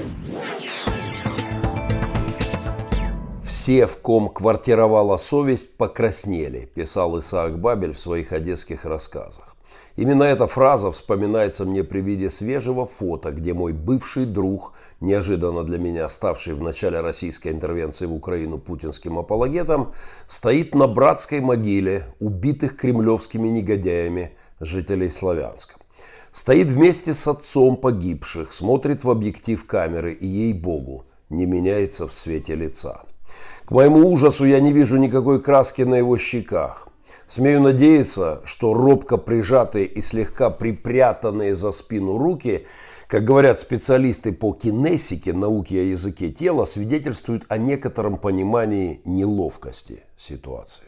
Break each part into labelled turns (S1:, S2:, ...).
S1: «Все, в ком квартировала совесть, покраснели», писал Исаак Бабель в своих одесских рассказах. Именно эта фраза вспоминается мне при виде свежего фото, где мой бывший друг, неожиданно для меня ставший в начале российской интервенции в Украину путинским апологетом, стоит на братской могиле убитых кремлевскими негодяями жителей Славянска. Стоит вместе с отцом погибших, смотрит в объектив камеры и, ей-богу, не меняется в цвете лица. К моему ужасу я не вижу никакой краски на его щеках. Смею надеяться, что робко прижатые и слегка припрятанные за спину руки, как говорят специалисты по кинесике, науке о языке тела, свидетельствуют о некотором понимании неловкости ситуации.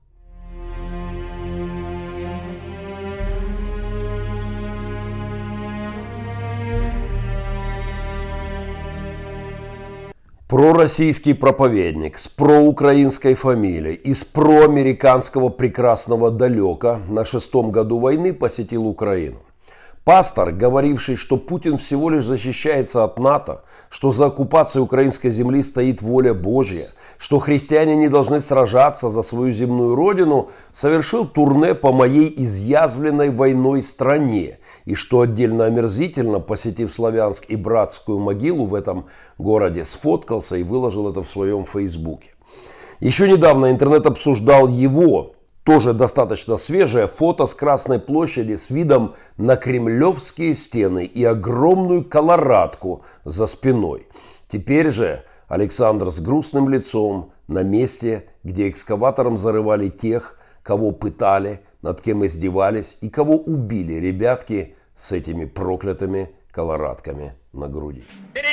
S1: Пророссийский проповедник с проукраинской фамилией из проамериканского прекрасного далека на 6-м году войны посетил Украину. Пастор, говоривший, что Путин всего лишь защищается от НАТО, что за оккупацией украинской земли стоит воля Божья, что христиане не должны сражаться за свою земную родину, совершил турне по моей изъязвленной войной стране. И что отдельно омерзительно, посетив Славянск и братскую могилу в этом городе, сфоткался и выложил это в своем фейсбуке. Еще недавно интернет обсуждал его, тоже достаточно свежее, фото с Красной площади с видом на кремлевские стены и огромную колорадку за спиной. Теперь же Александр с грустным лицом на месте, где экскаватором зарывали тех, кого пытали, над кем издевались и кого убили ребятки с этими проклятыми колорадками на груди.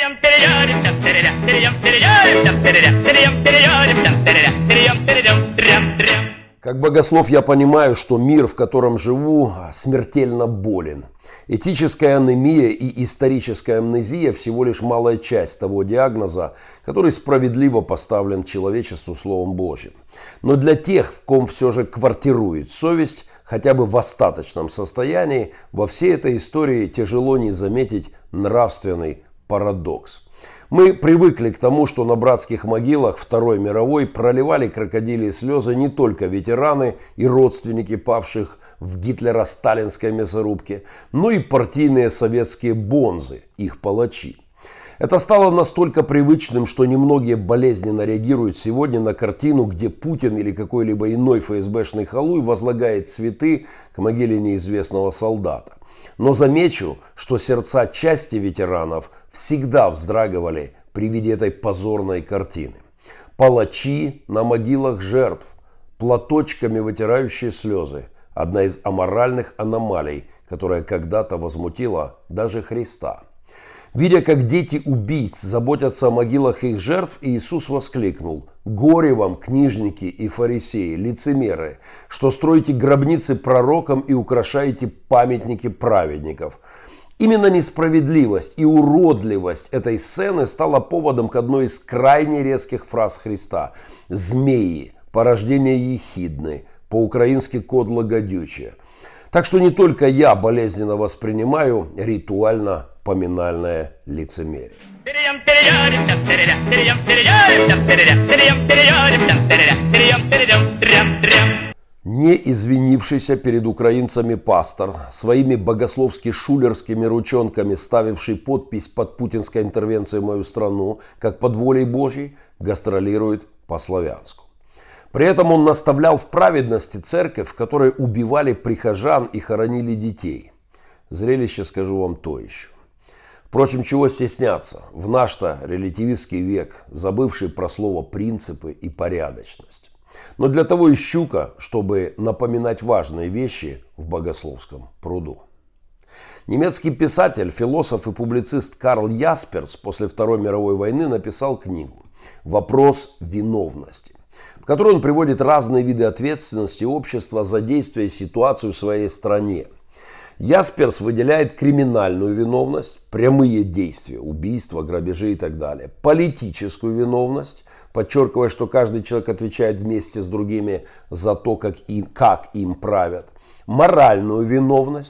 S1: Как богослов я понимаю, что мир, в котором живу, смертельно болен. Этическая анемия и историческая амнезия всего лишь малая часть того диагноза, который справедливо поставлен человечеству Словом Божьим. Но для тех, в ком все же квартирует совесть, хотя бы в остаточном состоянии, во всей этой истории тяжело не заметить нравственный парадокс. Мы привыкли к тому, что на братских могилах Второй мировой проливали крокодилии слезы не только ветераны и родственники павших в гитлеро-сталинской мясорубке, но и партийные советские бонзы, их палачи. Это стало настолько привычным, что немногие болезненно реагируют сегодня на картину, где Путин или какой-либо иной ФСБшный халуй возлагает цветы к могиле неизвестного солдата. Но замечу, что сердца части ветеранов всегда вздрагивали при виде этой позорной картины. Палачи на могилах жертв, платочками вытирающие слезы. Одна из аморальных аномалий, которая когда-то возмутила даже Христа. Видя, как дети убийц заботятся о могилах их жертв, Иисус воскликнул: «Горе вам, книжники и фарисеи, лицемеры, что строите гробницы пророкам и украшаете памятники праведников». Именно несправедливость и уродливость этой сцены стала поводом к одной из крайне резких фраз Христа: «Змеи, порождение ехидны, по-украински кодло гадючее». Так что не только я болезненно воспринимаю ритуально-поминальное лицемерие. Не извинившийся перед украинцами пастор, своими богословски-шулерскими ручонками ставивший подпись под путинской интервенцией в мою страну, как под волей Божьей, гастролирует по Славянску. При этом он наставлял в праведности церковь, в которой убивали прихожан и хоронили детей. Зрелище, скажу вам, то еще. Впрочем, чего стесняться? В наш-то релятивистский век, забывший про слово принципы и порядочность. Но для того и щука, чтобы напоминать важные вещи в богословском пруду. Немецкий писатель, философ и публицист Карл Ясперс после Второй мировой войны написал книгу «Вопрос виновности», в которой он приводит разные виды ответственности общества за действия и ситуацию в своей стране. Ясперс выделяет криминальную виновность, прямые действия, убийства, грабежи и так далее, политическую виновность, подчеркивая, что каждый человек отвечает вместе с другими за то, как им правят, моральную виновность,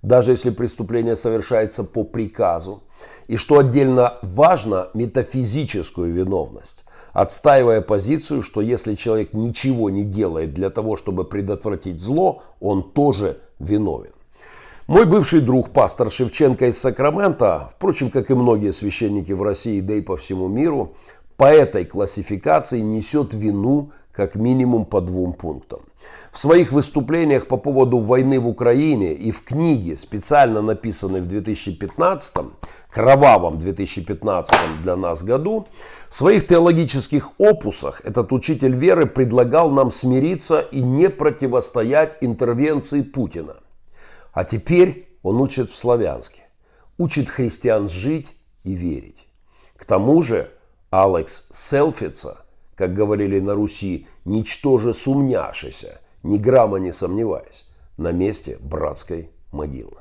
S1: даже если преступление совершается по приказу, и, что отдельно важно, метафизическую виновность, отстаивая позицию, что если человек ничего не делает для того, чтобы предотвратить зло, он тоже виновен. Мой бывший друг, пастор Шевченко из Сакрамента, впрочем, как и многие священники в России, да и по всему миру, по этой классификации несет вину как минимум по 2 пунктам. В своих выступлениях по поводу войны в Украине и в книге, специально написанной в 2015, кровавом 2015 для нас году, в своих теологических опусах этот учитель веры предлагал нам смириться и не противостоять интервенции Путина. А теперь он учит в Славянске, учит христиан жить и верить. К тому же Алекс Селфица, как говорили на Руси, ничтоже сумняшися, ни грамма не сомневаясь, на месте братской могилы.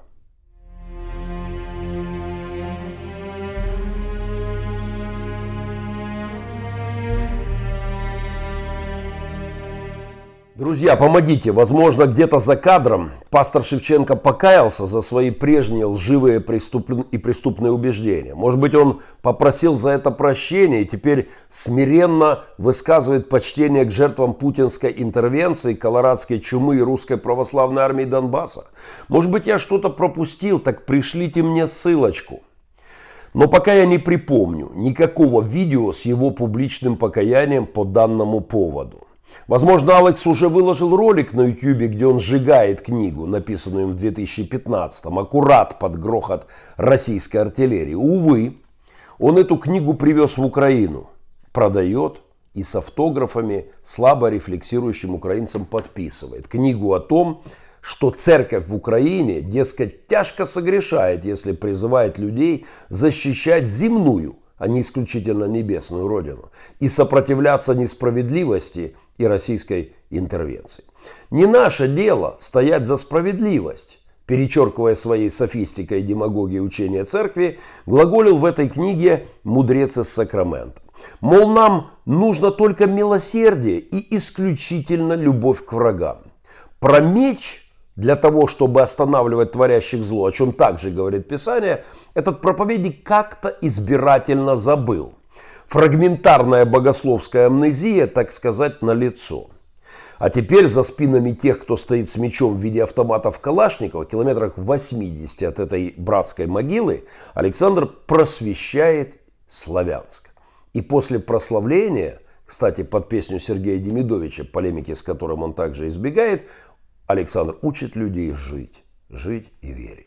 S1: Друзья, помогите. Возможно, где-то за кадром пастор Шевченко покаялся за свои прежние лживые и преступные убеждения. Может быть, он попросил за это прощения и теперь смиренно высказывает почтение к жертвам путинской интервенции, колорадской чумы и русской православной армии Донбасса. Может быть, я что-то пропустил, так пришлите мне ссылочку. Но пока я не припомню никакого видео с его публичным покаянием по данному поводу. Возможно, Алекс уже выложил ролик на YouTube, где он сжигает книгу, написанную им в 2015-м, аккурат под грохот российской артиллерии. Увы, он эту книгу привез в Украину, продает и с автографами слабо рефлексирующим украинцам подписывает. Книгу о том, что церковь в Украине, дескать, тяжко согрешает, если призывает людей защищать земную, а не исключительно небесную родину, и сопротивляться несправедливости и российской интервенции. Не наше дело стоять за справедливость, перечеркивая своей софистикой и демагогией учения церкви, глаголил в этой книге мудрец из Сакрамента. Мол, нам нужно только милосердие и исключительно любовь к врагам. Про меч для того, чтобы останавливать творящих зло, о чем также говорит Писание, этот проповедник как-то избирательно забыл. Фрагментарная богословская амнезия, так сказать, налицо. А теперь за спинами тех, кто стоит с мечом в виде автоматов Калашникова, километрах 80 от этой братской могилы, Александр просвещает Славянск. И после прославления, кстати, под песню Сергея Демидовича, полемики с которым он также избегает, Александр учит людей жить и верить.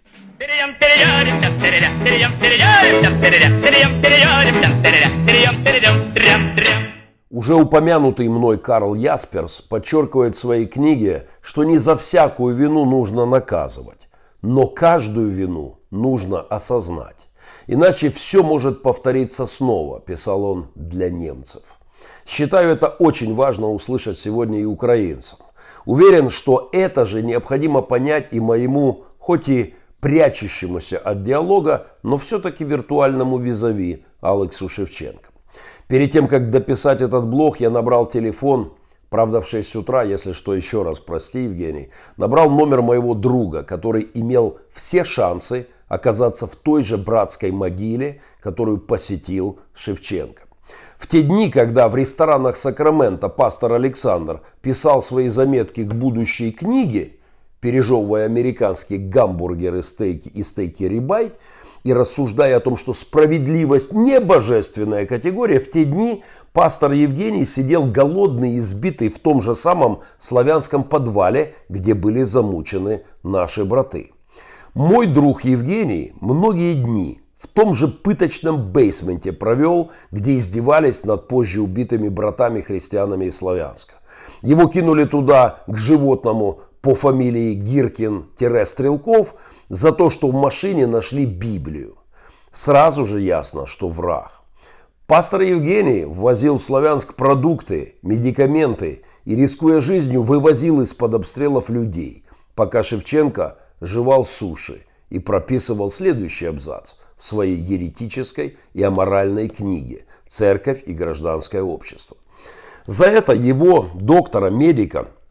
S1: Уже упомянутый мной Карл Ясперс подчеркивает в своей книге, что не за всякую вину нужно наказывать, но каждую вину нужно осознать. Иначе все может повториться снова, писал он для немцев. Считаю это очень важно услышать сегодня и украинцам. Уверен, что это же необходимо понять и моему, хоть и прячущемуся от диалога, но все-таки виртуальному визави Алексу Шевченко. Перед тем, как дописать этот блог, я набрал телефон, правда в 6 утра, если что, еще раз прости, Евгений, набрал номер моего друга, который имел все шансы оказаться в той же братской могиле, которую посетил Шевченко. В те дни, когда в ресторанах Сакрамента пастор Александр писал свои заметки к будущей книге, пережевывая американские гамбургеры, стейки и стейки рибай, и рассуждая о том, что справедливость не божественная категория, в те дни пастор Евгений сидел голодный и избитый в том же самом славянском подвале, где были замучены наши браты. Мой друг Евгений многие дни в том же пыточном бейсменте провел, где издевались над позже убитыми братами-христианами из Славянска. Его кинули туда к животному по фамилии Гиркин-Стрелков за то, что в машине нашли Библию. Сразу же ясно, что враг. Пастор Евгений ввозил в Славянск продукты, медикаменты и, рискуя жизнью, вывозил из-под обстрелов людей, пока Шевченко жевал суши и прописывал следующий абзац в своей еретической и аморальной книге «Церковь и гражданское общество». За это его, доктора, медика,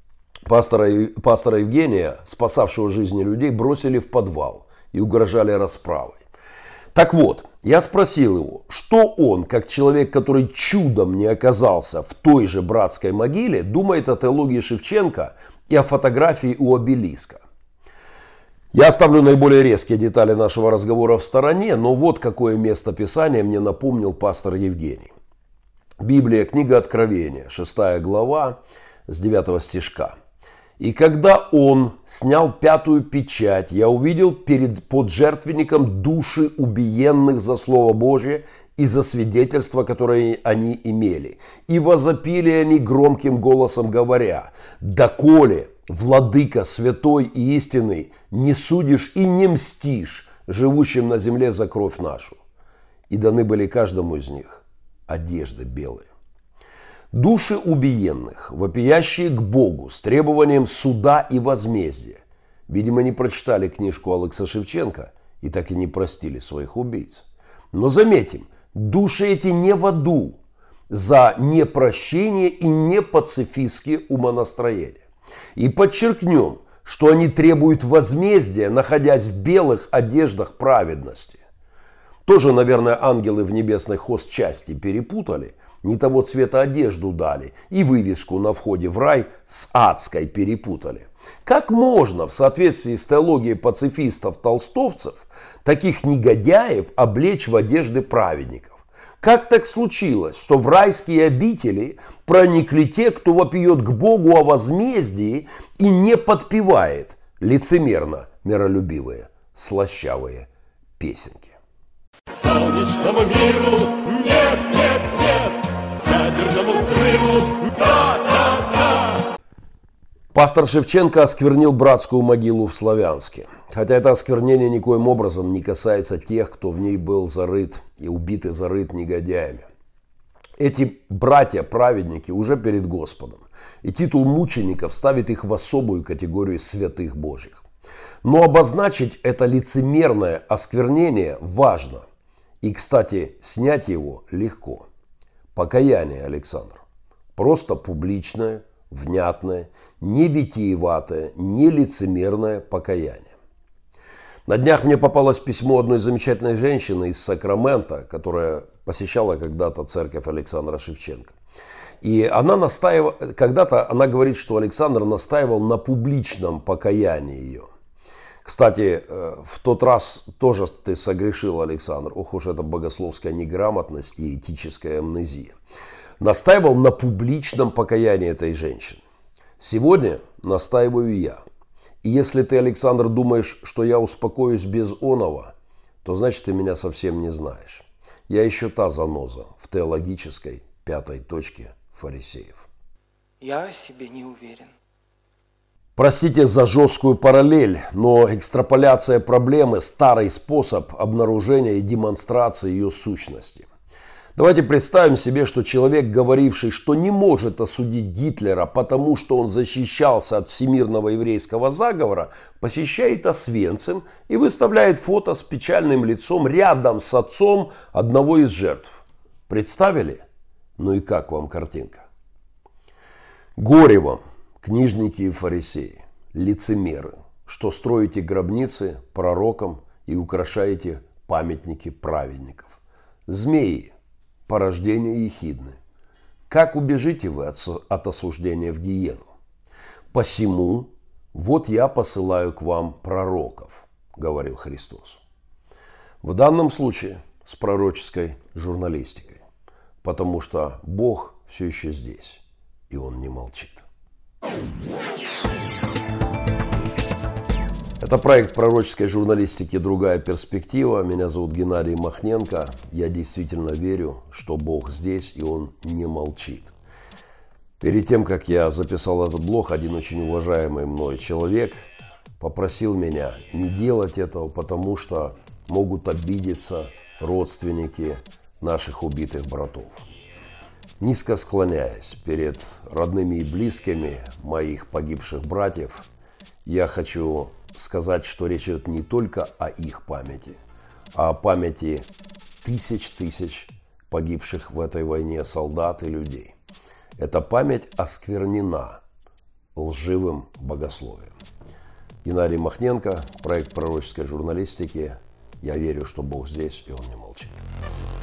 S1: Пастора Евгения, спасавшего жизни людей, бросили в подвал и угрожали расправой. Так вот, я спросил его, что он, как человек, который чудом не оказался в той же братской могиле, думает о теологии Шевченко и о фотографии у обелиска. Я оставлю наиболее резкие детали нашего разговора в стороне, но вот какое место Писания мне напомнил пастор Евгений. Библия, книга Откровения, 6 глава, с 9 стишка. «И когда он снял пятую печать, я увидел под жертвенником души убиенных за Слово Божие и за свидетельство, которое они имели. И возопили они громким голосом, говоря: доколе, Владыка святой и истинный, не судишь и не мстишь живущим на земле за кровь нашу. И даны были каждому из них одежды белые». Души убиенных, вопиящие к Богу с требованием суда и возмездия, видимо, не прочитали книжку Алекса Шевченко и так и не простили своих убийц. Но заметим, души эти не в аду за непрощение и не пацифистские умонастроения. И подчеркнем, что они требуют возмездия, находясь в белых одеждах праведности. Тоже, наверное, ангелы в небесной хозчасти перепутали, не того цвета одежду дали и вывеску на входе в рай с адской перепутали. Как можно в соответствии с теологией пацифистов-толстовцев таких негодяев облечь в одежды праведников? Как так случилось, что в райские обители проникли те, кто вопиет к Богу о возмездии и не подпевает лицемерно миролюбивые слащавые песенки?
S2: Солнечному миру нет, нет, нет, ядерному взрыву да, да, да.
S1: Пастор Шевченко осквернил братскую могилу в Славянске. Хотя это осквернение никоим образом не касается тех, кто в ней был зарыт и убит и зарыт негодяями. Эти братья-праведники уже перед Господом, и титул мучеников ставит их в особую категорию святых Божьих. Но обозначить это лицемерное осквернение важно. И, кстати, снять его легко. Покаяние, Александр. Просто публичное, внятное, не витиеватое, не лицемерное покаяние. На днях мне попалось письмо одной замечательной женщины из Сакрамента, которая посещала когда-то церковь Александра Шевченко. И она когда-то она говорит, что Александр настаивал на публичном покаянии ее. Кстати, в тот раз тоже ты согрешил, Александр. Ох уж эта богословская неграмотность и этическая амнезия. Настаивал на публичном покаянии этой женщины. Сегодня настаиваю я. И если ты, Александр, думаешь, что я успокоюсь без оного, то значит ты меня совсем не знаешь. Я еще та заноза в теологической пятой точке фарисеев.
S3: Я о себе не уверен.
S1: Простите за жесткую параллель, но экстраполяция проблемы – старый способ обнаружения и демонстрации ее сущности. Давайте представим себе, что человек, говоривший, что не может осудить Гитлера, потому что он защищался от всемирного еврейского заговора, посещает Освенцим и выставляет фото с печальным лицом рядом с отцом одного из жертв. Представили? Ну и как вам картинка? Горе вам, книжники и фарисеи, лицемеры, что строите гробницы пророкам и украшаете памятники праведников. Змеи, порождение ехидны. Как убежите вы от осуждения в гиену? Посему вот я посылаю к вам пророков, говорил Христос. В данном случае с пророческой журналистикой, потому что Бог все еще здесь, и Он не молчит. Это проект пророческой журналистики «Другая перспектива». Меня зовут Геннадий Махненко. Я действительно верю, что Бог здесь, и Он не молчит. Перед тем, как я записал этот блог, один очень уважаемый мной человек попросил меня не делать этого, потому что могут обидеться родственники наших убитых братов. Низко склоняясь перед родными и близкими моих погибших братьев, я хочу сказать, что речь идет не только о их памяти, а о памяти тысяч погибших в этой войне солдат и людей. Эта память осквернена лживым богословием. Геннадий Махненко, проект пророческой журналистики. Я верю, что Бог здесь, и Он не молчит.